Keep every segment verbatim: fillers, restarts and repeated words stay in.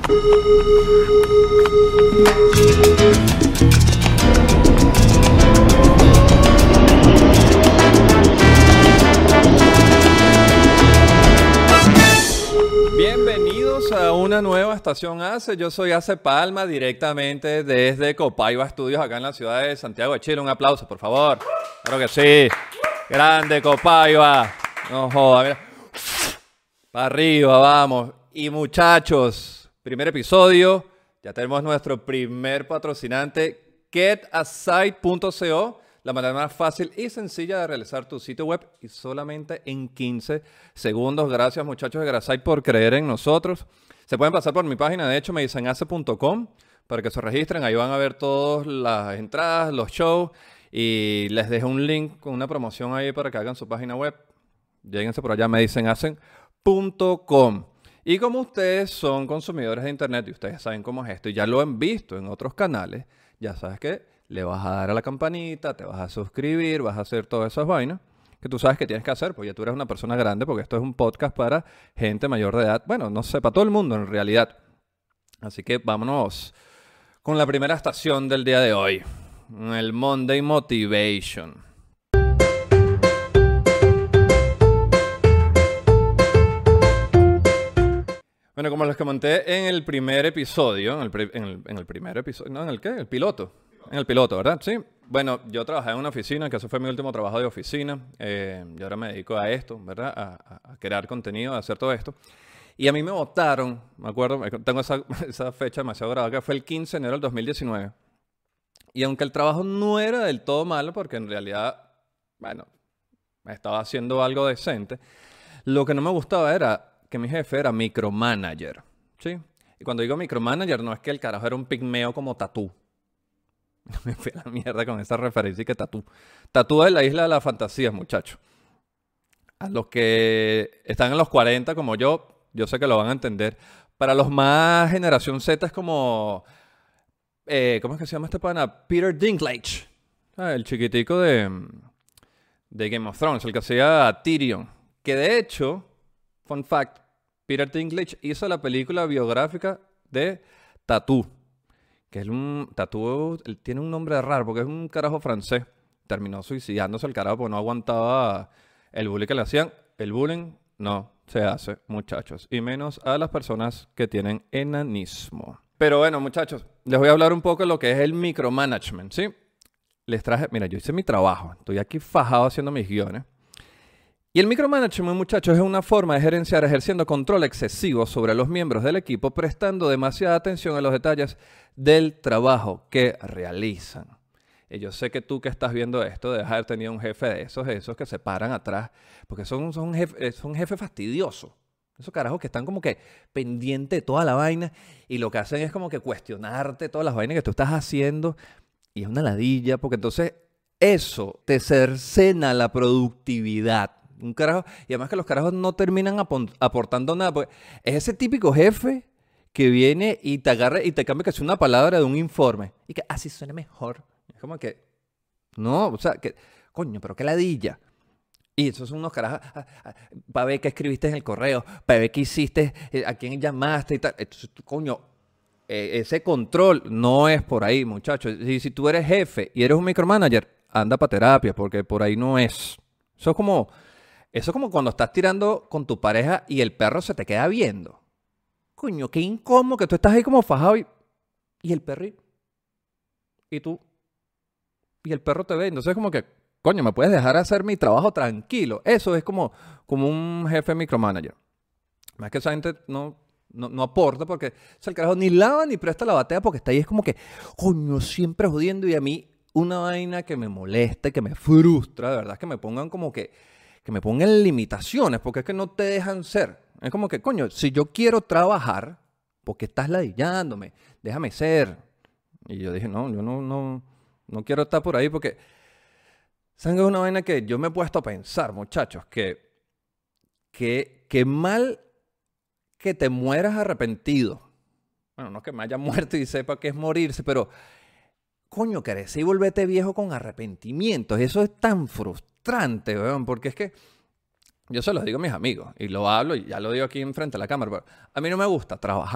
Bienvenidos a una nueva estación ACE. Yo soy Ace Palma, directamente desde Copaiba Studios, acá en la ciudad de Santiago de Chile. Un aplauso, por favor. Claro que sí. Grande Copaiba. No joda, mira. Para arriba, vamos. Y muchachos, primer episodio. Ya tenemos nuestro primer patrocinante, get a site punto co. La manera más fácil y sencilla de realizar tu sitio web y solamente en quince segundos. Gracias, muchachos de Getasite, por creer en nosotros. Se pueden pasar por mi página, de hecho, me dicen ace punto com, para que se registren. Ahí van a ver todas las entradas, los shows, y les dejo un link con una promoción ahí para que hagan su página web. Lléguense por allá, me dicen ace punto com. Y como ustedes son consumidores de internet y ustedes saben cómo es esto y ya lo han visto en otros canales, ya sabes que le vas a dar a la campanita, te vas a suscribir, vas a hacer todas esas vainas que tú sabes que tienes que hacer, porque ya tú eres una persona grande, porque esto es un podcast para gente mayor de edad. Bueno, no sé, para todo el mundo en realidad. Así que vámonos con la primera estación del día de hoy, el Monday Motivation. Bueno, como les comenté en el primer episodio, en el, pri en el, en el primer episodio, ¿no? ¿En el qué? El piloto. En el piloto, ¿verdad? Sí. Bueno, yo trabajé en una oficina, que ese fue mi último trabajo de oficina. Eh, y ahora me dedico a esto, ¿verdad? A, a, a crear contenido, a hacer todo esto. Y a mí me votaron, me acuerdo, tengo esa, esa fecha demasiado grabada, que fue el quince de enero del dos mil diecinueve. Y aunque el trabajo no era del todo malo, porque en realidad, bueno, estaba haciendo algo decente, lo que no me gustaba era que mi jefe era micromanager, ¿sí? Y cuando digo micromanager, no es que el carajo era un pigmeo como Tatú. Me fui a la mierda con esa referencia y que Tatú. Tatú es la isla de las fantasías, muchachos. A los que están en los cuarenta como yo, yo sé que lo van a entender. Para los más generación Z es como... Eh, ¿Cómo es que se llama este pana? Peter Dinklage. Ah, el chiquitico de, de Game of Thrones, el que hacía Tyrion. Que de hecho, fun fact, Peter Dinklage hizo la película biográfica de Tatú. Que es un Tatú, él tiene un nombre raro porque es un carajo francés. Terminó suicidándose el carajo porque no aguantaba el bullying que le hacían. El bullying no se hace, muchachos. Y menos a las personas que tienen enanismo. Pero bueno, muchachos, les voy a hablar un poco de lo que es el micromanagement, ¿sí? Les traje, mira, yo hice mi trabajo. Estoy aquí fajado haciendo mis guiones. Y el micromanagement, muchachos, es una forma de gerenciar ejerciendo control excesivo sobre los miembros del equipo, prestando demasiada atención a los detalles del trabajo que realizan. Y yo sé que tú que estás viendo esto, debes haber tenido un jefe de esos, de esos que se paran atrás, porque son, son, jefe, son jefes fastidiosos. Esos carajos que están como que pendientes de toda la vaina y lo que hacen es como que cuestionarte todas las vainas que tú estás haciendo y es una ladilla, porque entonces eso te cercena la productividad. Un carajo, y además que los carajos no terminan aportando nada, porque es ese típico jefe que viene y te agarra y te cambia que es una palabra de un informe y que así suena mejor. Es como que, no, o sea, que, coño, pero qué ladilla. Y esos son unos carajos, ah, ah, para ver qué escribiste en el correo, para ver qué hiciste, eh, a quién llamaste y tal. Entonces, coño, eh, ese control no es por ahí, muchachos. Y si tú eres jefe y eres un micromanager, anda para terapia, porque por ahí no es. Eso es como... Eso es como cuando estás tirando con tu pareja y el perro se te queda viendo. Coño, qué incómodo que tú estás ahí como fajado y, y el perro y tú y el perro te ve. Entonces es como que, coño, ¿me puedes dejar hacer mi trabajo tranquilo? Eso es como, como un jefe micromanager. Más que esa gente no, no, no aporta porque o sea, el carajo ni lava ni presta la batea porque está ahí es como que, coño, siempre jodiendo. Y a mí una vaina que me molesta y que me frustra, de verdad, es que me pongan como que que me pongan limitaciones, porque es que no te dejan ser. Es como que, coño, si yo quiero trabajar, ¿por qué estás ladillándome? Déjame ser. Y yo dije, no, yo no, no, no quiero estar por ahí porque, ¿saben qué es una vaina que yo me he puesto a pensar, muchachos? Que, que, que mal que te mueras arrepentido. Bueno, no que me haya muerto y sepa qué es morirse, pero, coño, crece y volvete viejo con arrepentimientos. Eso es tan frustrante. Weón, porque es que yo se los digo a mis amigos y lo hablo y ya lo digo aquí enfrente de la cámara, pero a mí no me gusta trabajar,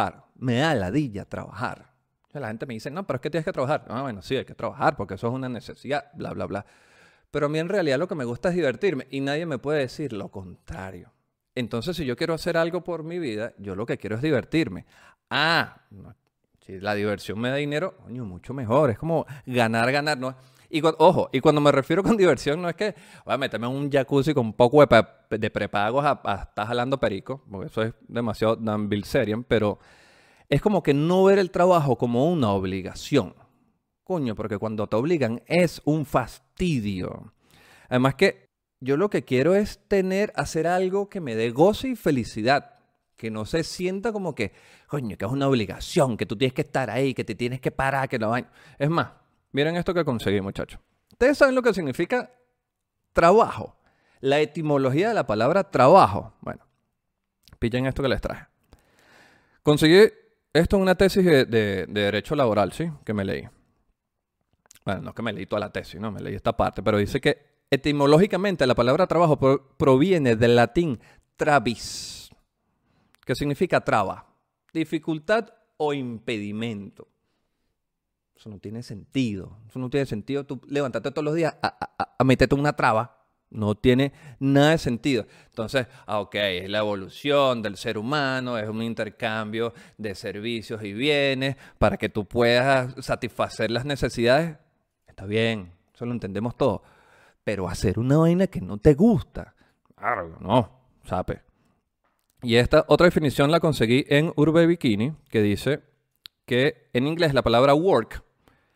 me da ladilla trabajar. O sea, la gente me dice, no, pero es que tienes que trabajar. No, bueno, sí, hay que trabajar porque eso es una necesidad, bla, bla, bla. Pero a mí en realidad lo que me gusta es divertirme y nadie me puede decir lo contrario. Entonces, si yo quiero hacer algo por mi vida, yo lo que quiero es divertirme. Ah, no, si la diversión me da dinero, coño, mucho mejor. Es como ganar, ganar. No. Y, ojo, y cuando me refiero con diversión, no es que voy a meterme en un jacuzzi con un poco de, de prepagos a, a estar jalando perico, porque eso es demasiado Dan Bilzerian, pero es como que no ver el trabajo como una obligación. Coño, porque cuando te obligan es un fastidio. Además que yo lo que quiero es tener, hacer algo que me dé goce y felicidad. Que no se sienta como que, coño, que es una obligación, que tú tienes que estar ahí, que te tienes que parar, que no vaina. Es más, miren esto que conseguí, muchachos. ¿Ustedes saben lo que significa trabajo? La etimología de la palabra trabajo. Bueno, pillen esto que les traje. Conseguí esto en una tesis de, de, de Derecho Laboral, ¿sí? Que me leí. Bueno, no es que me leí toda la tesis, no, me leí esta parte, pero dice que etimológicamente la palabra trabajo pro, proviene del latín travis, que significa traba, dificultad o impedimento. Eso no tiene sentido. Eso no tiene sentido tú levantarte todos los días a, a, a meterte una traba. No tiene nada de sentido. Entonces, ah, ok, es la evolución del ser humano, es un intercambio de servicios y bienes para que tú puedas satisfacer las necesidades. Está bien, eso lo entendemos todo. Pero hacer una vaina que no te gusta, claro, no, sape. Y esta otra definición la conseguí en Urbe Bikini, que dice que en inglés la palabra work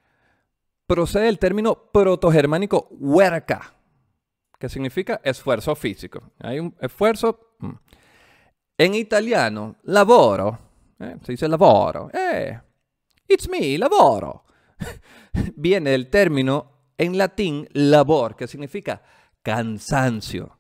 procede del término protogermánico huerca, que significa esfuerzo físico. Hay un esfuerzo. En italiano, lavoro, eh, se dice lavoro, eh, it's me, lavoro, viene del término en latín labor, que significa cansancio.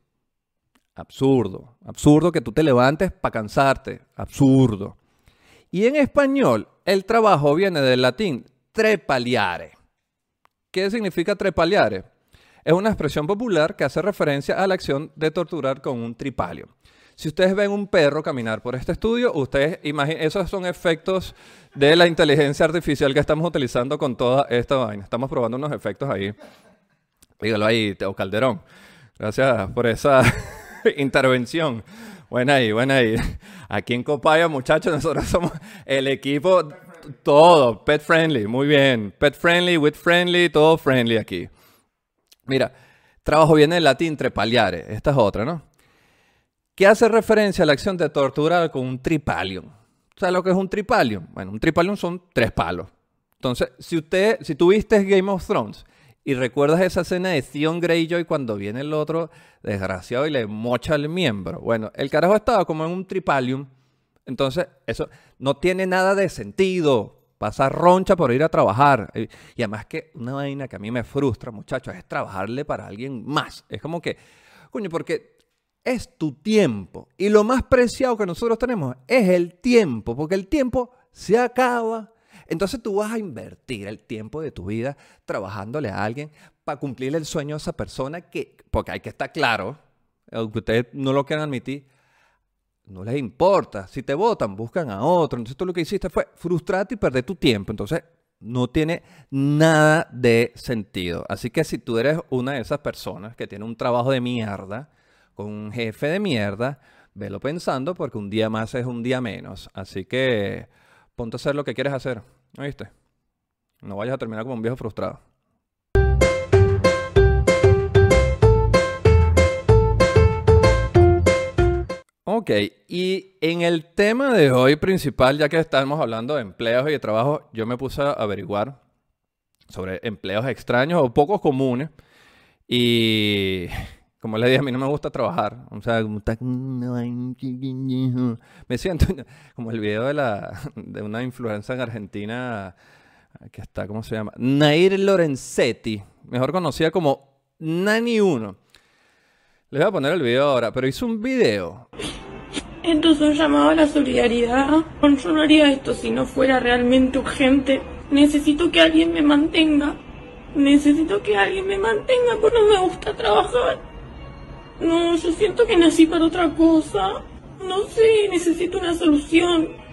Absurdo, absurdo que tú te levantes para cansarte, absurdo. Y en español, el trabajo viene del latín trepaliare. ¿Qué significa trepaliare? Es una expresión popular que hace referencia a la acción de torturar con un tripalio. Si ustedes ven un perro caminar por este estudio, ustedes imaginen, esos son efectos de la inteligencia artificial que estamos utilizando con toda esta vaina. Estamos probando unos efectos ahí. Dígalo ahí, Teo Calderón. Gracias por esa intervención. Buena ahí, buena ahí. Aquí en Copaya, muchachos, nosotros somos el equipo, todo, pet friendly, muy bien. Pet friendly, with friendly, todo friendly aquí. Mira, trabajo viene del latín trepaliare, esta es otra, ¿no? Que hace referencia a la acción de torturar con un tripalium. ¿Sabes lo que es un tripalium? Bueno, un tripalium son tres palos. Entonces, si usted, si tú viste Game of Thrones y recuerdas esa escena de Theon Greyjoy cuando viene el otro desgraciado y le mocha el miembro. Bueno, el carajo estaba como en un tripalium. Entonces, eso no tiene nada de sentido. Pasa roncha por ir a trabajar. Y además que una vaina que a mí me frustra, muchachos, es trabajarle para alguien más. Es como que, coño, porque es tu tiempo. Y lo más preciado que nosotros tenemos es el tiempo, porque el tiempo se acaba. Entonces tú vas a invertir el tiempo de tu vida trabajándole a alguien para cumplir el sueño de esa persona que, porque hay que estar claro, aunque ustedes no lo quieran admitir, no les importa. Si te votan, buscan a otro. Entonces tú lo que hiciste fue frustrarte y perder tu tiempo. Entonces no tiene nada de sentido. Así que si tú eres una de esas personas que tiene un trabajo de mierda, con un jefe de mierda, velo pensando porque un día más es un día menos. Así que ponte a hacer lo que quieres hacer. ¿Oíste? No vayas a terminar como un viejo frustrado. Ok, y en el tema de hoy principal, ya que estamos hablando de empleos y de trabajo, yo me puse a averiguar sobre empleos extraños o pocos comunes. Y como les dije, a mí no me gusta trabajar. O sea, me siento como el video de, la, de una influencer en Argentina que está, ¿cómo se llama? Nair Lorenzetti, mejor conocida como Nani uno. Les voy a poner el video ahora, pero hizo un video. Esto es un llamado a la solidaridad. Yo no haría esto si no fuera realmente urgente. Necesito que alguien me mantenga. Necesito que alguien me mantenga porque no me gusta trabajar. No, yo siento que nací para otra cosa. No sé, necesito una solución.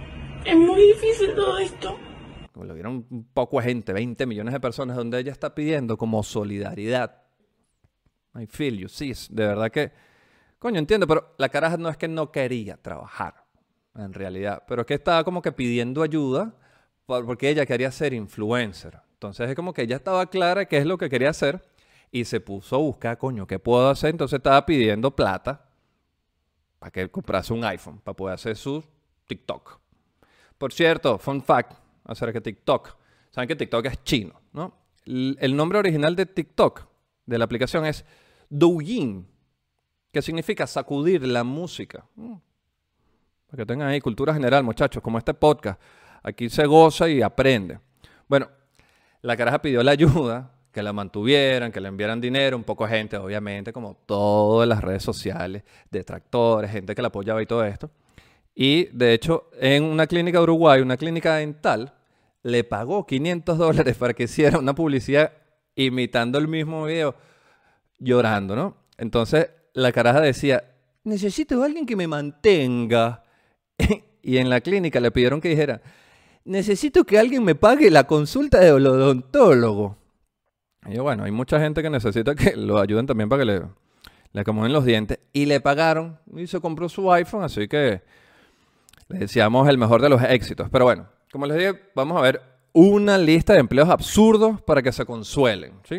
Es muy difícil todo esto. Como lo vieron un poco de gente, veinte millones de personas, donde ella está pidiendo como solidaridad. I feel you, sis. De verdad que, coño, entiendo, pero la caraja no es que no quería trabajar, en realidad, pero es que estaba como que pidiendo ayuda porque ella quería ser influencer. Entonces es como que ella estaba clara qué es lo que quería hacer y se puso a buscar, coño, ¿qué puedo hacer? Entonces estaba pidiendo plata para que comprase un iPhone, para poder hacer su TikTok. Por cierto, fun fact acerca de TikTok. Saben que TikTok es chino, ¿no? El, el nombre original de TikTok, de la aplicación, es Douyin, que significa sacudir la música. Mm. Para que tengan ahí cultura general, muchachos, como este podcast. Aquí se goza y aprende. Bueno, la caraja pidió la ayuda, que la mantuvieran, que le enviaran dinero, un poco de gente, obviamente, como todas las redes sociales, detractores, gente que la apoyaba y todo esto. Y, de hecho, en una clínica de Uruguay, una clínica dental, le pagó quinientos dólares para que hiciera una publicidad imitando el mismo video, llorando, ¿no? Entonces, la caraja decía, necesito a alguien que me mantenga. Y en la clínica le pidieron que dijera, necesito que alguien me pague la consulta del odontólogo. Y yo, bueno, hay mucha gente que necesita que lo ayuden también para que le, le acomoden los dientes. Y le pagaron y se compró su iPhone, así que le deseamos el mejor de los éxitos. Pero bueno, como les dije, vamos a ver una lista de empleos absurdos para que se consuelen, ¿sí?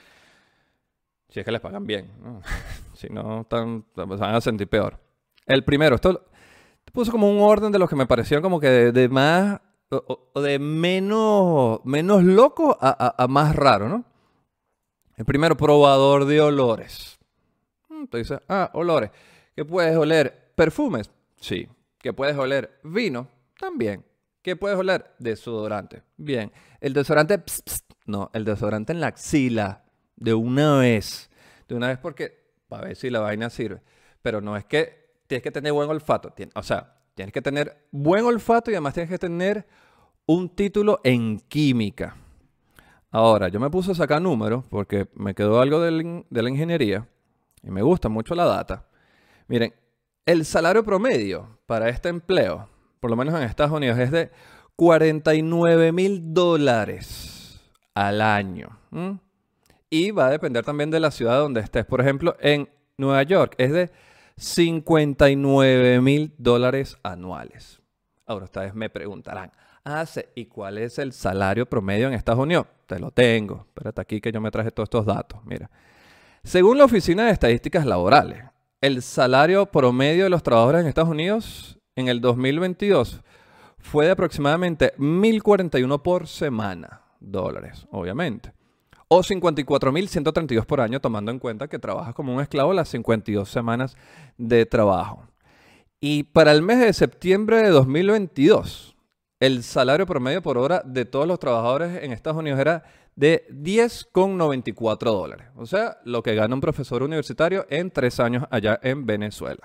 Si es que les pagan bien, ¿no? Si no, están, se van a sentir peor. El primero, esto puse como un orden de los que me parecieron como que de, de más, o, o de menos, menos loco a, a, a más raro, ¿no? El primero, probador de olores. Tú dices, ah, olores. ¿Qué puedes oler? ¿Perfumes? Sí. ¿Qué puedes oler? Vino. También. ¿Qué puedes oler? Desodorante. Bien. El desodorante, pss, pss, no, el desodorante en la axila. De una vez. De una vez porque, para ver si la vaina sirve. Pero no es que tienes que tener buen olfato. Tien, o sea, tienes que tener buen olfato y además tienes que tener un título en química. Ahora, yo me puse a sacar números porque me quedó algo de, de la ingeniería y me gusta mucho la data. Miren, el salario promedio para este empleo, por lo menos en Estados Unidos, es de cuarenta y nueve mil dólares al año. ¿Mm? Y va a depender también de la ciudad donde estés. Por ejemplo, en Nueva York es de cincuenta y nueve mil dólares anuales. Ahora ustedes me preguntarán, ah, ¿y cuál es el salario promedio en Estados Unidos? Te lo tengo. Espérate aquí que yo me traje todos estos datos. Mira. Según la Oficina de Estadísticas Laborales, el salario promedio de los trabajadores en Estados Unidos en el dos mil veintidós fue de aproximadamente mil cuarenta y uno por semana, dólares, obviamente. O cincuenta y cuatro mil ciento treinta y dos por año, tomando en cuenta que trabajas como un esclavo las cincuenta y dos semanas de trabajo. Y para el mes de septiembre de dos mil veintidós, el salario promedio por hora de todos los trabajadores en Estados Unidos era de diez con noventa y cuatro dólares. O sea, lo que gana un profesor universitario en tres años allá en Venezuela.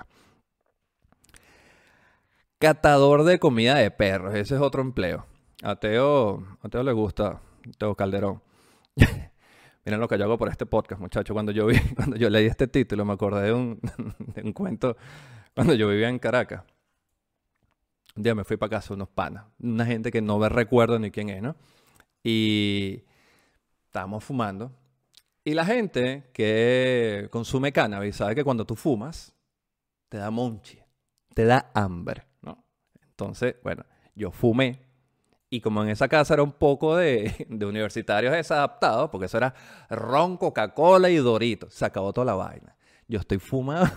Catador de comida de perros. Ese es otro empleo. A Teo, a Teo le gusta, Teo Calderón. Miren lo que yo hago por este podcast, muchachos. Cuando yo vi, cuando yo leí este título, me acordé de un, de un cuento cuando yo vivía en Caracas. Un día me fui para casa unos panas, una gente que no me recuerdo ni quién es, ¿no? Y estábamos fumando. Y la gente que consume cannabis sabe que cuando tú fumas, te da monchi, te da hambre, ¿no? Entonces, bueno, yo fumé. Y como en esa casa era un poco de, de universitarios desadaptados, porque eso era ron, Coca-Cola y Doritos, se acabó toda la vaina. Yo estoy fumado.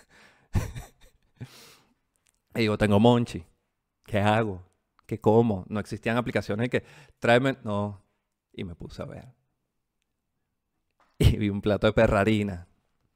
Y digo, tengo monchi. ¿Qué hago? ¿Qué como? No existían aplicaciones que tráeme... No. Y me puse a ver. Y vi un plato de perrarina.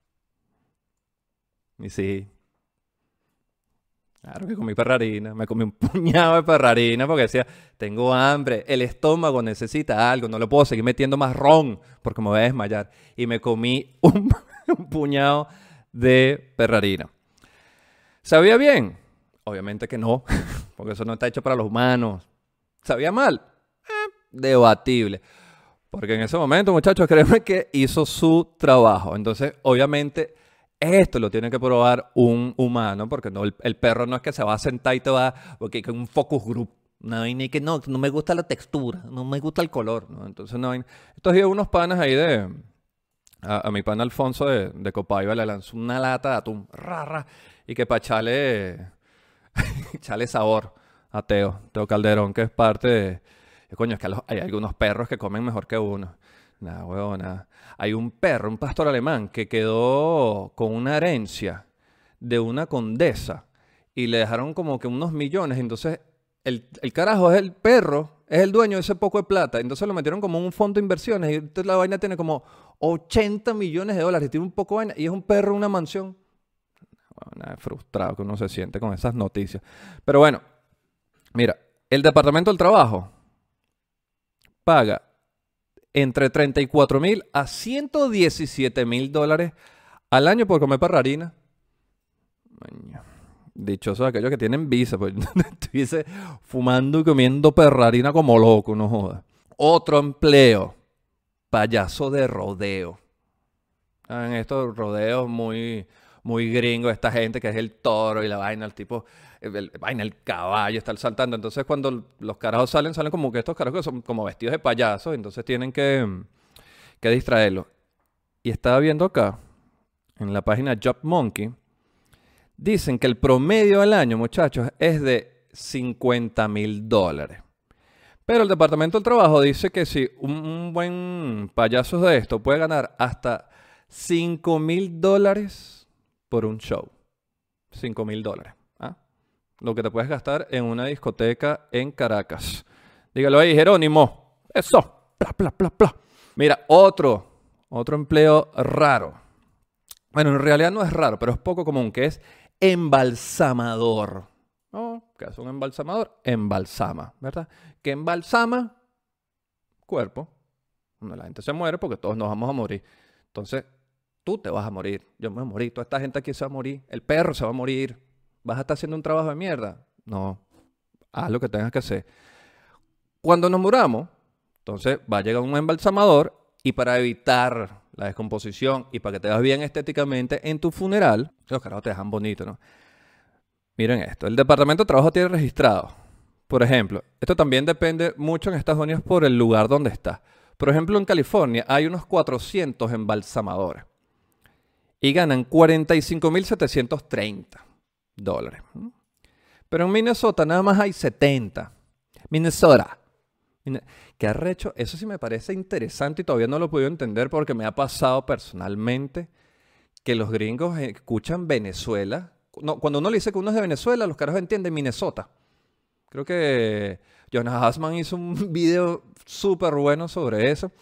Y sí. Claro que comí perrarina. Me comí un puñado de perrarina porque decía, tengo hambre. El estómago necesita algo. No le puedo seguir metiendo más ron porque me voy a desmayar. Y me comí un, un puñado de perrarina. ¿Sabía bien? Obviamente que no, porque eso no está hecho para los humanos. ¿Sabía mal? Eh, debatible. Porque en ese momento, muchachos, créanme que hizo su trabajo. Entonces, obviamente, Esto lo tiene que probar un humano, porque no, el, el perro no es que se va a sentar y te va, porque con un focus group. No, y ni que no, no me gusta la textura, no me gusta el color, ¿no? Entonces no hay... Estos días unos panas ahí de... A, a mi pana Alfonso de, de Copaiba le lanzó una lata de atún, ra, ra, y que para echarle, echarle sabor a Teo, Teo Calderón, que es parte de... y coño, es que los- hay algunos perros que comen mejor que uno. Nada, huevo, nada. Hay un perro, un pastor alemán, que quedó con una herencia de una condesa y le dejaron como que unos millones. Entonces, el, el carajo es el perro, es el dueño de ese poco de plata. Entonces lo metieron como en un fondo de inversiones y entonces la vaina tiene como ochenta millones de dólares. Tiene un poco de vaina y es un perro en una mansión. Bueno, nada, frustrado que uno se siente con esas noticias. Pero bueno, mira, el Departamento del Trabajo paga entre treinta y cuatro mil a ciento diecisiete mil dólares al año por comer parrarina. Maño. Dichosos aquellos que tienen visa, pues estuviese fumando y comiendo perrarina como loco, no joda. Otro empleo, payaso de rodeo. En estos rodeos muy, muy gringos, esta gente que es el toro y la vaina, el tipo, el, el- vaina, el caballo, está saltando. Entonces cuando los carajos salen, salen como que estos carajos que son como vestidos de payasos, entonces tienen que, que distraerlos. Y estaba viendo acá, en la página Job Monkey, dicen que el promedio al año, muchachos, es de cincuenta mil dólares. Pero el Departamento del Trabajo dice que si un, un buen payaso de esto puede ganar hasta cinco mil dólares por un show. cinco mil dólares. ¿Ah? Lo que te puedes gastar en una discoteca en Caracas. Dígalo ahí, Jerónimo. Eso. Pla, pla, pla, pla. Mira, otro, otro empleo raro. Bueno, en realidad no es raro, pero es poco común, que es embalsamador. ¿No? ¿Qué hace un embalsamador? Embalsama, ¿verdad? ¿Qué embalsama? Cuerpo. Cuando la gente se muere, porque todos nos vamos a morir. Entonces, tú te vas a morir, yo me voy a morir, toda esta gente aquí se va a morir, el perro se va a morir. ¿Vas a estar haciendo un trabajo de mierda? No, haz lo que tengas que hacer. Cuando nos muramos, entonces va a llegar un embalsamador y para evitar la descomposición y para que te veas bien estéticamente en tu funeral, los carajos te dejan bonito, ¿no? Miren esto, el Departamento de Trabajo tiene registrado, por ejemplo, esto también depende mucho en Estados Unidos por el lugar donde está. Por ejemplo, en California hay unos cuatrocientos embalsamadores y ganan cuarenta y cinco mil setecientos treinta dólares. Pero en Minnesota nada más hay setenta. Minnesota. Mine- Qué arrecho. Eso sí me parece interesante y todavía no lo he podido entender porque me ha pasado personalmente que los gringos escuchan Venezuela. No, cuando uno le dice que uno es de Venezuela, los carajos entienden Minnesota. Creo que Jonas Hassman hizo un video súper bueno sobre eso.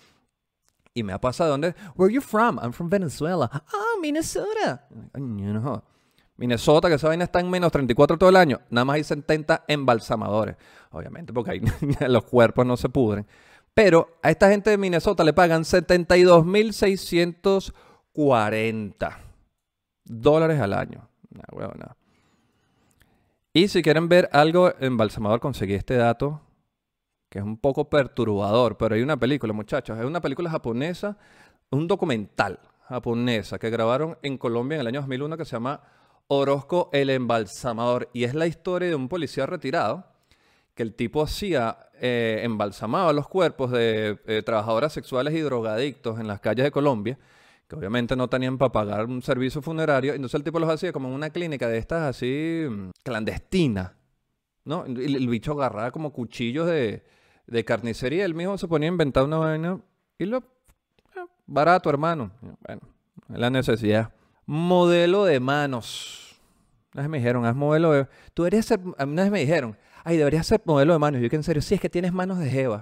Y me ha pasado, ¿dónde? Where are you from? I'm from Venezuela. Ah, Minnesota. Coño, no. Minnesota, que esa vaina está en menos treinta y cuatro todo el año. Nada más hay setenta embalsamadores. Obviamente, porque ahí los cuerpos no se pudren. Pero a esta gente de Minnesota le pagan setenta y dos mil seiscientos cuarenta dólares al año. Nah, huevo, nada. Y si quieren ver algo embalsamador, conseguí este dato que es un poco perturbador, pero hay una película, muchachos, es una película japonesa, un documental japonesa que grabaron en Colombia en el año dos mil uno que se llama Orozco el Embalsamador y es la historia de un policía retirado que el tipo hacía, eh, embalsamaba los cuerpos de eh, trabajadoras sexuales y drogadictos en las calles de Colombia, que obviamente no tenían para pagar un servicio funerario, entonces el tipo los hacía como en una clínica de estas así mm, clandestinas, ¿no? Y el, el bicho agarraba como cuchillos de, de carnicería, él mismo se ponía a inventar una vaina y lo... eh, barato, hermano. Bueno, es la necesidad. Modelo de manos. Una vez me dijeron, haz modelo de... Tú deberías ser... A mí una vez me dijeron, ay, deberías ser modelo de manos. Yo que en serio, sí, es que tienes manos de jeva.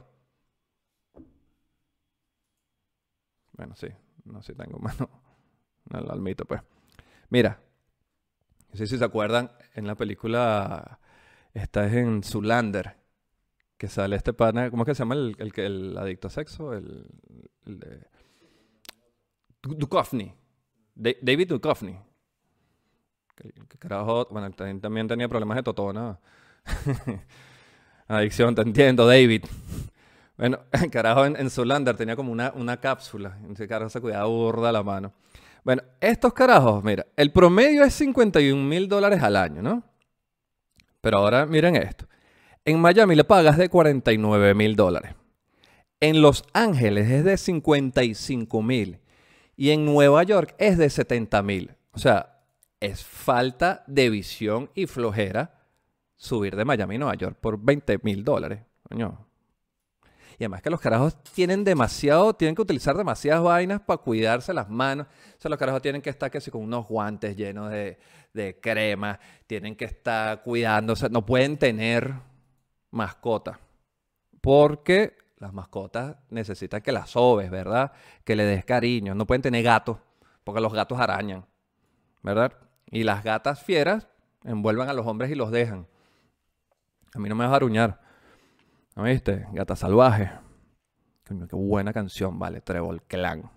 Bueno, sí, no sé si tengo mano. No lo admito, pues. Mira, no sé si se acuerdan, en la película, esta es en Zoolander, que sale este pana, ¿cómo es que se llama el, el, que- el adicto a sexo? El, el de... Du- Duchovny. Da- David Duchovny. Que, que carajo, bueno, también, también tenía problemas de totona. Adicción, te entiendo, David. Bueno, carajo, en, en Zoolander tenía como una, una cápsula. Ese carajo se cuidaba burda la mano. Bueno, estos carajos, mira, el promedio es cincuenta y un mil dólares al año, ¿no? Pero ahora miren esto. En Miami le pagas de cuarenta y nueve mil dólares. En Los Ángeles es de cincuenta y cinco mil. Y en Nueva York es de setenta mil. O sea, es falta de visión y flojera subir de Miami a Nueva York por veinte mil dólares. Coño. Y además que los carajos tienen demasiado, tienen que utilizar demasiadas vainas para cuidarse las manos. O sea, los carajos tienen que estar que si con unos guantes llenos de, de crema, tienen que estar cuidándose, no pueden tener mascotas. Porque las mascotas necesitan que las sobes, ¿verdad? Que le des cariño. No pueden tener gatos, porque los gatos arañan, ¿verdad? Y las gatas fieras envuelven a los hombres y los dejan. A mí no me vas a aruñar. ¿No viste? Gata Salvaje. Coño, qué buena canción, vale. Trébol Clan.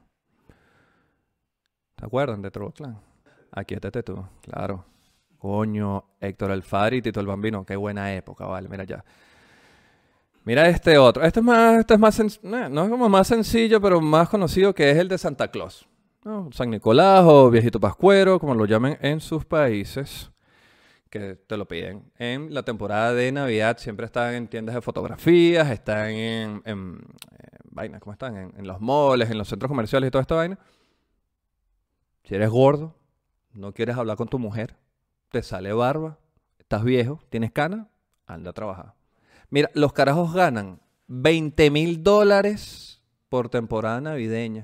¿Te acuerdan de Trébol Clan? Aquíétate tú, claro. Coño, Héctor el Father y Tito el Bambino. Qué buena época, vale. Mira ya. Mira este otro. Este es más, este es más sen- no es como más sencillo, pero más conocido, que es el de Santa Claus, ¿no? San Nicolás o Viejito Pascuero, como lo llamen en sus países, que te lo piden. En la temporada de Navidad siempre están en tiendas de fotografías, están en, en, en vainas, ¿cómo están? En, en los malls, en los centros comerciales y toda esta vaina. Si eres gordo, no quieres hablar con tu mujer, te sale barba, estás viejo, tienes canas, anda a trabajar. Mira, los carajos ganan veinte mil dólares por temporada navideña.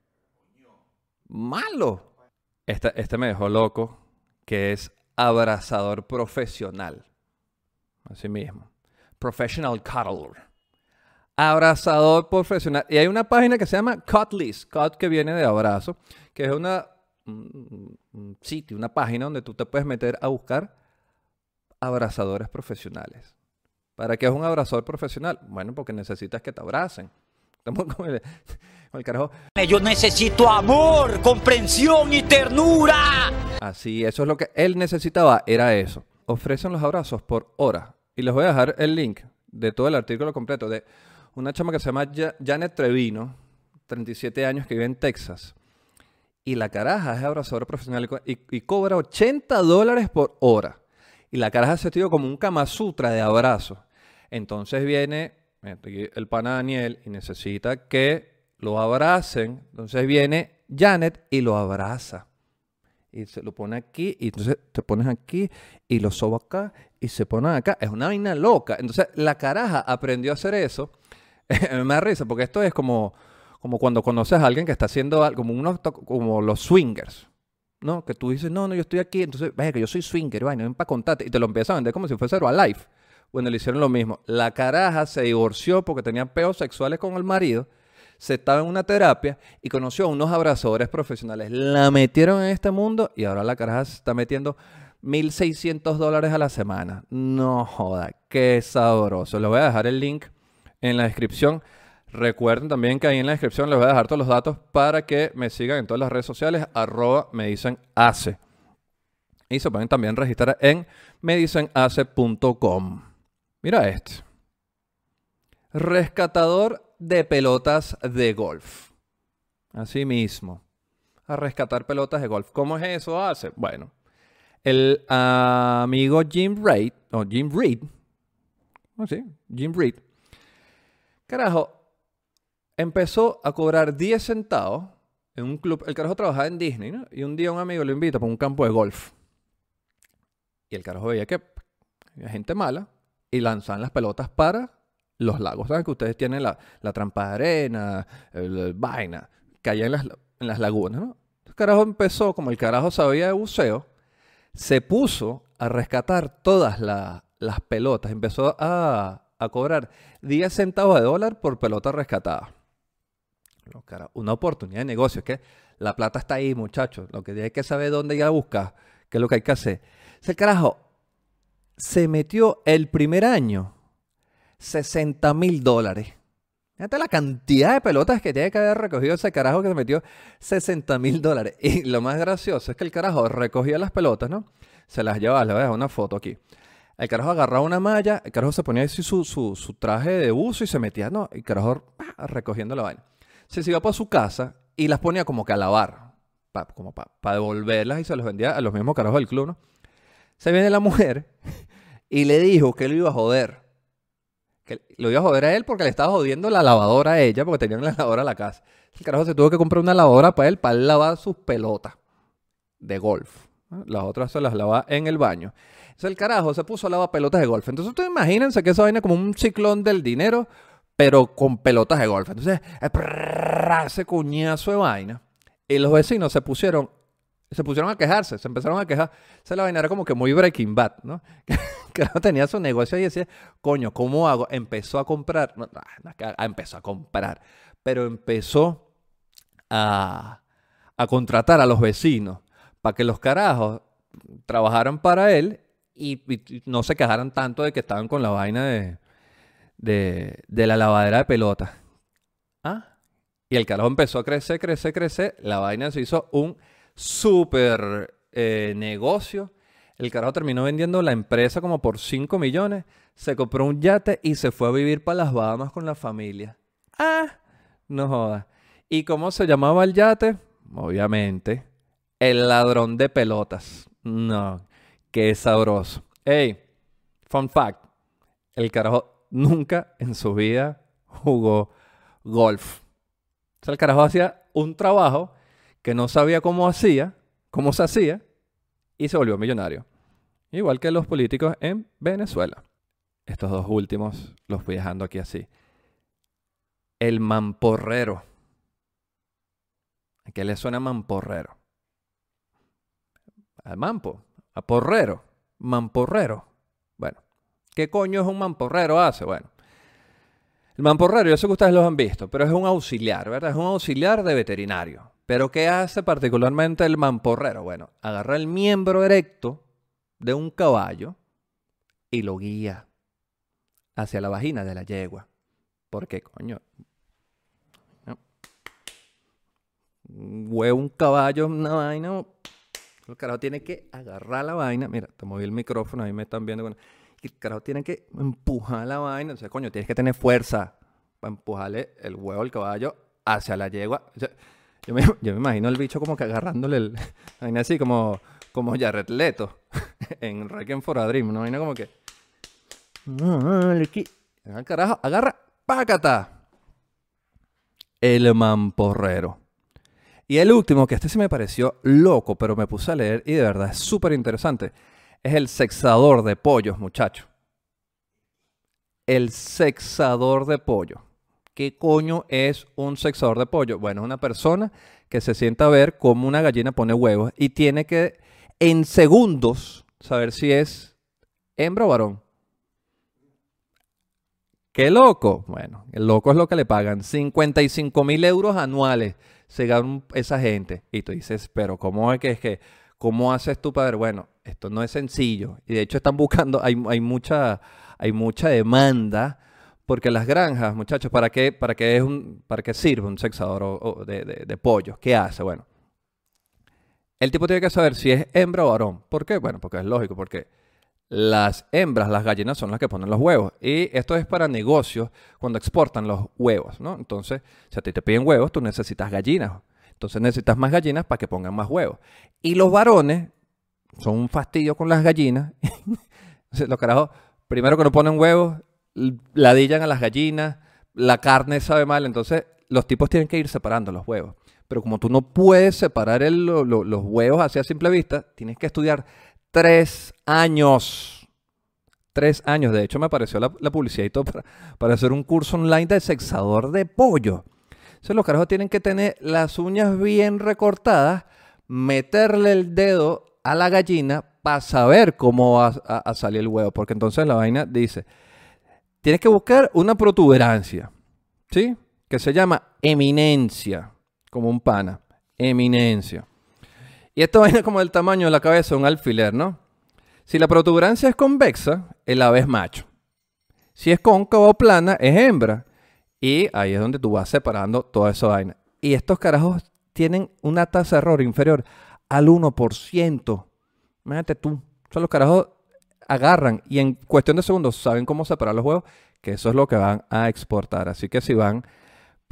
¡Malo! Este, este me dejó loco, que es abrazador profesional. Así mismo. Professional cuddler. Abrazador profesional. Y hay una página que se llama Cuddlist. Cut, que viene de abrazo. Que es una, un, un sitio, una página donde tú te puedes meter a buscar abrazadores profesionales. ¿Para qué es un abrazador profesional? Bueno, porque necesitas que te abracen. Estamos con el, con el carajo. Yo necesito amor, comprensión y ternura. Así, eso es lo que él necesitaba, era eso. Ofrecen los abrazos por hora. Y les voy a dejar el link de todo el artículo completo de una chama que se llama Ja- Janet Trevino, treinta y siete años, que vive en Texas. Y la caraja es abrazadora profesional y, co- y, y cobra ochenta dólares por hora. Y la caraja se estudió como un Kama Sutra de abrazos. Entonces viene mira, aquí el pana Daniel y necesita que lo abracen. Entonces viene Janet y lo abraza. Y se lo pone aquí, y entonces te pones aquí, y lo soba acá, y se pone acá. Es una vaina loca. Entonces la caraja aprendió a hacer eso. Me da risa, porque esto es como, como cuando conoces a alguien que está haciendo algo, como, unos, to- como los swingers, ¿no? Que tú dices, no, no, yo estoy aquí, entonces, vaya, que yo soy swinger, vaina, ven para contarte. Y te lo empiezan a vender como si fuese Herbalife. Bueno, le hicieron lo mismo. La caraja se divorció porque tenía peos sexuales con el marido. Se estaba en una terapia y conoció a unos abrazadores profesionales. La metieron en este mundo y ahora la caraja se está metiendo mil seiscientos dólares a la semana. No joda, qué sabroso. Les voy a dejar el link en la descripción. Recuerden también que ahí en la descripción les voy a dejar todos los datos para que me sigan en todas las redes sociales, arroba me dicen ace. Y se pueden también registrar en me dicen ace punto com. Mira este. Rescatador de pelotas de golf. Así mismo. A rescatar pelotas de golf. ¿Cómo es eso? Hace. Bueno, el amigo Jim Reid, o Jim Reid, oh, sí, Jim Reid, carajo, empezó a cobrar diez centavos en un club. El carajo trabajaba en Disney, ¿no? Y un día un amigo lo invita para un campo de golf. Y el carajo veía que había gente mala y lanzaban las pelotas para los lagos. ¿Saben que ustedes tienen la, la trampa de arena, el, el vaina, que hay en las, en las lagunas, ¿no? El carajo empezó, como el carajo sabía de buceo, se puso a rescatar todas la- las pelotas. Empezó a, a cobrar diez centavos de dólar por pelota rescatada. No, cara, una oportunidad de negocio. Es que la plata está ahí, muchachos. Lo que hay que saber dónde ir a buscar, qué es lo que hay que hacer. Ese carajo se metió el primer año sesenta mil dólares. Fíjate la cantidad de pelotas que tiene que haber recogido ese carajo que se metió sesenta mil dólares. Y lo más gracioso es que el carajo recogía las pelotas, ¿no? Se las llevaba, le voy a dejar una foto aquí. El carajo agarraba una malla, el carajo se ponía así su, su, su traje de buzo y se metía, ¿no? El carajo ¡pah! Recogiendo la vaina. Se iba para su casa y las ponía como que a lavar. pa, como para pa devolverlas y se los vendía a los mismos carajos del club, ¿no? Se viene la mujer y le dijo que lo iba a joder. Que lo iba a joder a él porque le estaba jodiendo la lavadora a ella, porque tenían la lavadora en la casa. El carajo se tuvo que comprar una lavadora para él, para él lavar sus pelotas de golf. Las otras se las lava en el baño. Entonces el carajo se puso a lavar pelotas de golf. Entonces ustedes imagínense que esa vaina es como un ciclón del dinero, pero con pelotas de golf. Entonces, ese cuñazo de vaina. Y los vecinos se pusieron, se pusieron a quejarse, se empezaron a quejar. Esa la vaina era como que muy Breaking Bad, ¿no? Que no tenía su negocio y decía, coño, ¿cómo hago? Empezó a comprar, no, no, empezó a comprar, pero empezó a, a contratar a los vecinos para que los carajos trabajaran para él y, y no se quejaran tanto de que estaban con la vaina de, de, de la lavadera de pelotas. ¿Ah? Y el carajo empezó a crecer, crecer, crecer. La vaina se hizo un súper eh, negocio. El carajo terminó vendiendo la empresa como por cinco millones. Se compró un yate y se fue a vivir para las Bahamas con la familia. Ah, no jodas. ¿Y cómo se llamaba el yate? Obviamente, el ladrón de pelotas. No, qué sabroso. Hey, fun fact. El carajo nunca en su vida jugó golf. O sea, el carajo hacía un trabajo que no sabía cómo hacía, cómo se hacía, y se volvió millonario. Igual que los políticos en Venezuela. Estos dos últimos los fui dejando aquí así. El mamporrero. ¿A qué le suena mamporrero? Al mampo, a porrero, mamporrero. Bueno, ¿qué coño es un mamporrero hace? Bueno, el mamporrero, yo sé que ustedes los han visto, pero es un auxiliar, ¿verdad? Es un auxiliar de veterinario. ¿Pero qué hace particularmente el mamporrero? Bueno, agarra el miembro erecto de un caballo y lo guía hacia la vagina de la yegua. ¿Por qué, coño? ¿No? Un huevo, un caballo, una vaina. El carajo tiene que agarrar la vaina. Mira, te moví el micrófono, ahí me están viendo. El carajo tiene que empujar la vaina. O sea, coño, tienes que tener fuerza para empujarle el huevo al caballo hacia la yegua. O sea, yo, me, yo me imagino el bicho como que agarrándole el, la vaina así, como, como Jared Leto en Requiem for a Dream. Una vaina como que... El carajo, agarra, pácata. El mamporrero. Y el último, que este sí me pareció loco, pero me puse a leer y de verdad es súper interesante, es el sexador de pollos, muchacho. El sexador de pollo. ¿Qué coño es un sexador de pollo? Bueno, es una persona que se sienta a ver cómo una gallina pone huevos y tiene que, en segundos, saber si es hembra o varón. ¡Qué loco! Bueno, el loco es lo que le pagan. cincuenta y cinco mil euros anuales se ganan esa gente. Y tú dices, pero ¿cómo es que es que, cómo haces tú para ver? Bueno, esto no es sencillo. Y de hecho están buscando, hay, hay, mucha, hay mucha demanda, porque las granjas, muchachos, ¿para qué, para qué, es un, para qué sirve un sexador o, o de, de, de pollos? ¿Qué hace? Bueno, el tipo tiene que saber si es hembra o varón. ¿Por qué? Bueno, porque es lógico, porque las hembras, las gallinas, son las que ponen los huevos. Y esto es para negocios cuando exportan los huevos, ¿no? Entonces, si a ti te piden huevos, tú necesitas gallinas. Entonces necesitas más gallinas para que pongan más huevos. Y los varones son un fastidio con las gallinas. Los carajos, primero que no ponen huevos, ladillan a las gallinas, la carne sabe mal. Entonces, los tipos tienen que ir separando los huevos. Pero como tú no puedes separar el, lo, lo, los huevos así a simple vista, tienes que estudiar Tres años. Tres años. De hecho, me apareció la, la publicidad y todo para, para hacer un curso online de sexador de pollo. Entonces, los carajos tienen que tener las uñas bien recortadas, meterle el dedo a la gallina para saber cómo va a, a salir el huevo. Porque entonces la vaina dice, tienes que buscar una protuberancia, ¿sí? Que se llama eminencia, como un pana. Eminencia. Y esto vaina como del tamaño de la cabeza de un alfiler, ¿no? Si la protuberancia es convexa, el ave es macho. Si es cóncava o plana, es hembra. Y ahí es donde tú vas separando toda esa vaina. Y estos carajos tienen una tasa de error inferior al uno por ciento. Imagínate tú. O sea, los carajos agarran y en cuestión de segundos saben cómo separar los huevos, que eso es lo que van a exportar. Así que si van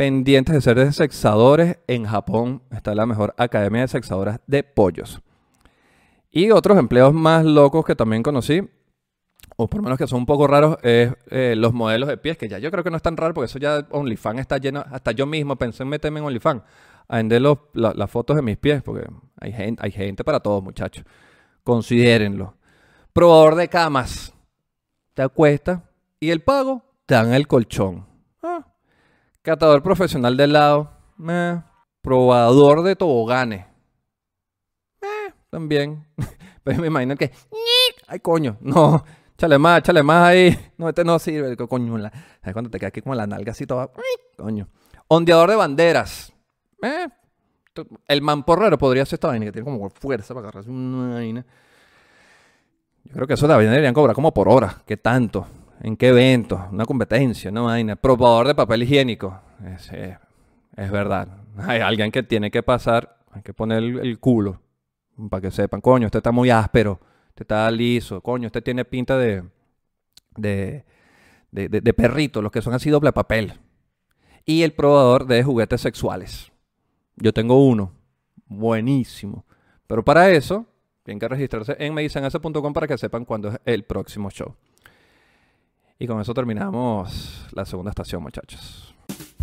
pendientes de ser desexadores. En Japón está la mejor academia de sexadoras de pollos. Y otros empleos más locos que también conocí, o por lo menos que son un poco raros, es eh, los modelos de pies, que ya yo creo que no es tan raro, porque eso ya OnlyFans está lleno. Hasta yo mismo pensé en meterme en OnlyFans a vender los, la, las fotos de mis pies, porque hay gente, hay gente para todos, muchachos. Considérenlo. Probador de camas. Te acuestas y el pago te dan el colchón. Ah. Catador profesional de helado. Eh. Probador de toboganes. Eh. También. Pero me imagino que... ¡Ay, coño! No. Échale más, échale más ahí. No, este no sirve. Coño. La... ¿Sabes cuando te queda aquí como la nalga así toda? Coño. Ondeador de banderas. Eh. El mamporrero podría ser esta vaina que tiene como fuerza para agarrarse una vaina. Yo creo que eso también deberían cobrar como por hora. ¿Qué tanto? ¿En qué evento? Una competencia, una vaina. Probador de papel higiénico. Es, es, es verdad. Hay alguien que tiene que pasar, hay que poner el, el culo para que sepan, coño, este está muy áspero, este está liso, coño, este tiene pinta de, de, de, de, de perrito, los que son así doble papel. Y el probador de juguetes sexuales. Yo tengo uno, buenísimo. Pero para eso, tienen que registrarse en me dicen ese punto com para que sepan cuándo es el próximo show. Y con eso terminamos la segunda estación, muchachos.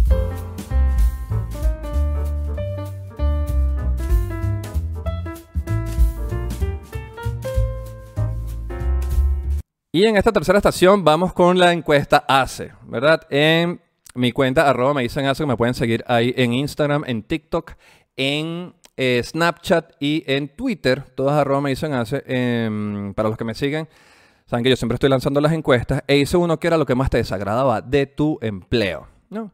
Y en esta tercera estación vamos con la encuesta ACE, ¿verdad? En mi cuenta, arroba me dicen ACE, que me pueden seguir ahí en Instagram, en TikTok, en eh, Snapchat y en Twitter. Todas arroba me dicen ACE. Eh, para los que me siguen, saben que yo siempre estoy lanzando las encuestas. E hice uno que era lo que más te desagradaba de tu empleo, ¿no?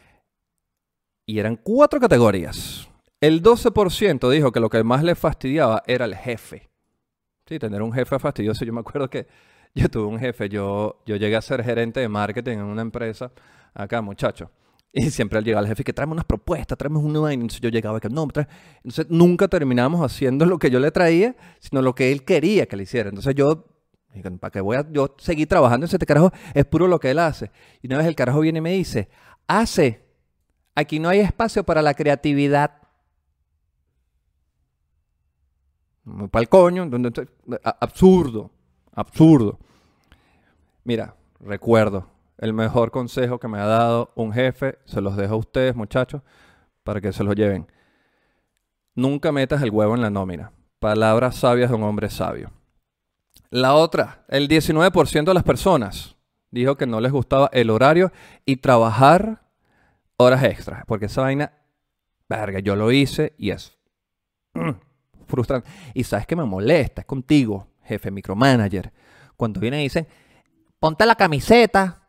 Y eran cuatro categorías. El doce por ciento dijo que lo que más le fastidiaba era el jefe. Sí, tener un jefe fastidioso. Yo me acuerdo que yo tuve un jefe, yo, yo llegué a ser gerente de marketing en una empresa acá, muchacho. Y siempre al llegar el jefe que tráeme unas propuestas, tráeme una vaina. Entonces yo llegaba y que no, trae. Entonces nunca terminamos haciendo lo que yo le traía, sino lo que él quería que le hiciera. Entonces yo, ¿para qué voy a yo seguir trabajando en ese carajo? Es puro lo que él hace. Y una vez el carajo viene y me dice, hace, aquí no hay espacio para la creatividad. Muy pa'l coño, absurdo. Absurdo. Mira, recuerdo, el mejor consejo que me ha dado un jefe, se los dejo a ustedes, muchachos, para que se los lleven. Nunca metas el huevo en la nómina. Palabras sabias de un hombre sabio. La otra, el diecinueve por ciento de las personas dijo que no les gustaba el horario y trabajar horas extras, porque esa vaina, verga, yo lo hice y es mm, frustrante. Y sabes que me molesta, es contigo, jefe micromanager, cuando vienen y dicen, ponte la camiseta.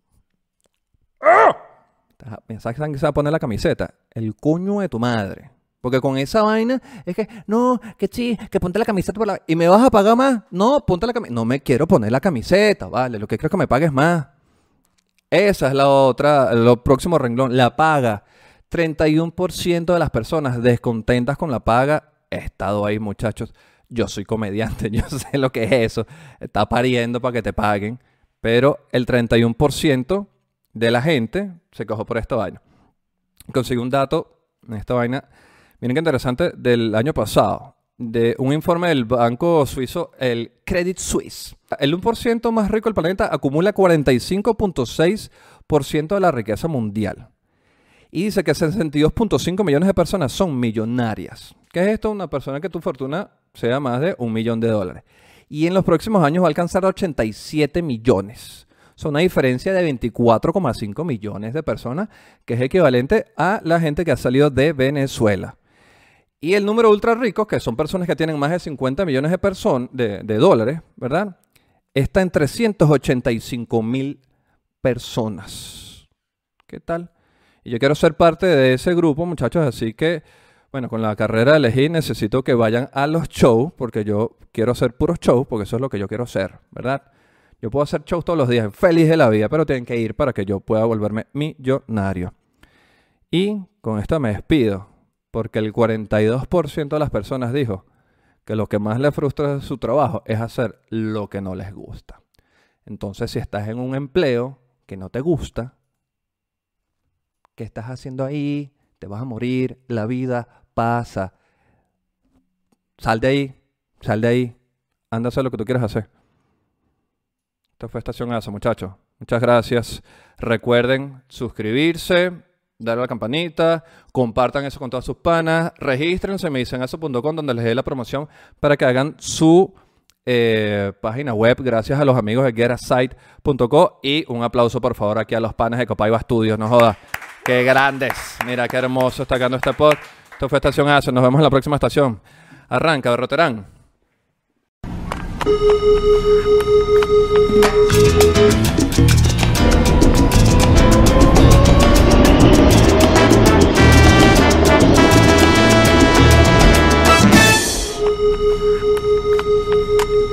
¿Sabes que se va a poner la camiseta? El coño de tu madre. Porque con esa vaina es que, no, que sí, que ponte la camiseta por la... ¿Y me vas a pagar más? No, ponte la camiseta. No me quiero poner la camiseta, vale, lo que creo que me pagues más. Esa es la otra, lo próximo renglón, la paga. treinta y uno por ciento de las personas descontentas con la paga. He estado ahí, muchachos. Yo soy comediante, yo sé lo que es eso. Está pariendo para que te paguen. Pero el treinta y uno por ciento de la gente se quejó por esta vaina. Conseguí un dato en esta vaina, miren qué interesante, del año pasado. De un informe del banco suizo, el Credit Suisse. El uno por ciento más rico del planeta acumula cuarenta y cinco punto seis por ciento de la riqueza mundial. Y dice que sesenta y dos punto cinco millones de personas son millonarias. ¿Qué es esto? Una persona que tu fortuna sea más de un millón de dólares. Y en los próximos años va a alcanzar ochenta y siete millones. Son una diferencia de veinticuatro coma cinco millones de personas, que es equivalente a la gente que ha salido de Venezuela. Y el número ultra rico, que son personas que tienen más de cincuenta millones de, person- de, de dólares, ¿verdad? Está en trescientos ochenta y cinco mil personas. ¿Qué tal? Y yo quiero ser parte de ese grupo, muchachos, así que, bueno, con la carrera de elegir necesito que vayan a los shows, porque yo quiero hacer puros shows, porque eso es lo que yo quiero hacer, ¿verdad? Yo puedo hacer shows todos los días, feliz de la vida, pero tienen que ir para que yo pueda volverme millonario. Y con esto me despido, porque el cuarenta y dos por ciento de las personas dijo que lo que más les frustra de su trabajo es hacer lo que no les gusta. Entonces, si estás en un empleo que no te gusta, ¿Qué estás haciendo ahí? Te vas a morir. La vida pasa. Sal de ahí. Sal de ahí. Anda a hacer lo que tú quieras hacer. Esto fue Estación A S A, muchachos. Muchas gracias. Recuerden suscribirse, darle a la campanita, compartan eso con todas sus panas, regístrense en medicinazo punto com donde les dé la promoción para que hagan su eh, página web gracias a los amigos de get a site punto co y un aplauso por favor aquí a los panas de Copaiba Studios, no jodas. ¡Qué grandes! Mira qué hermoso está quedando este pod. Esto fue Estación A S A, nos vemos en la próxima estación. Arranca, Berroterán.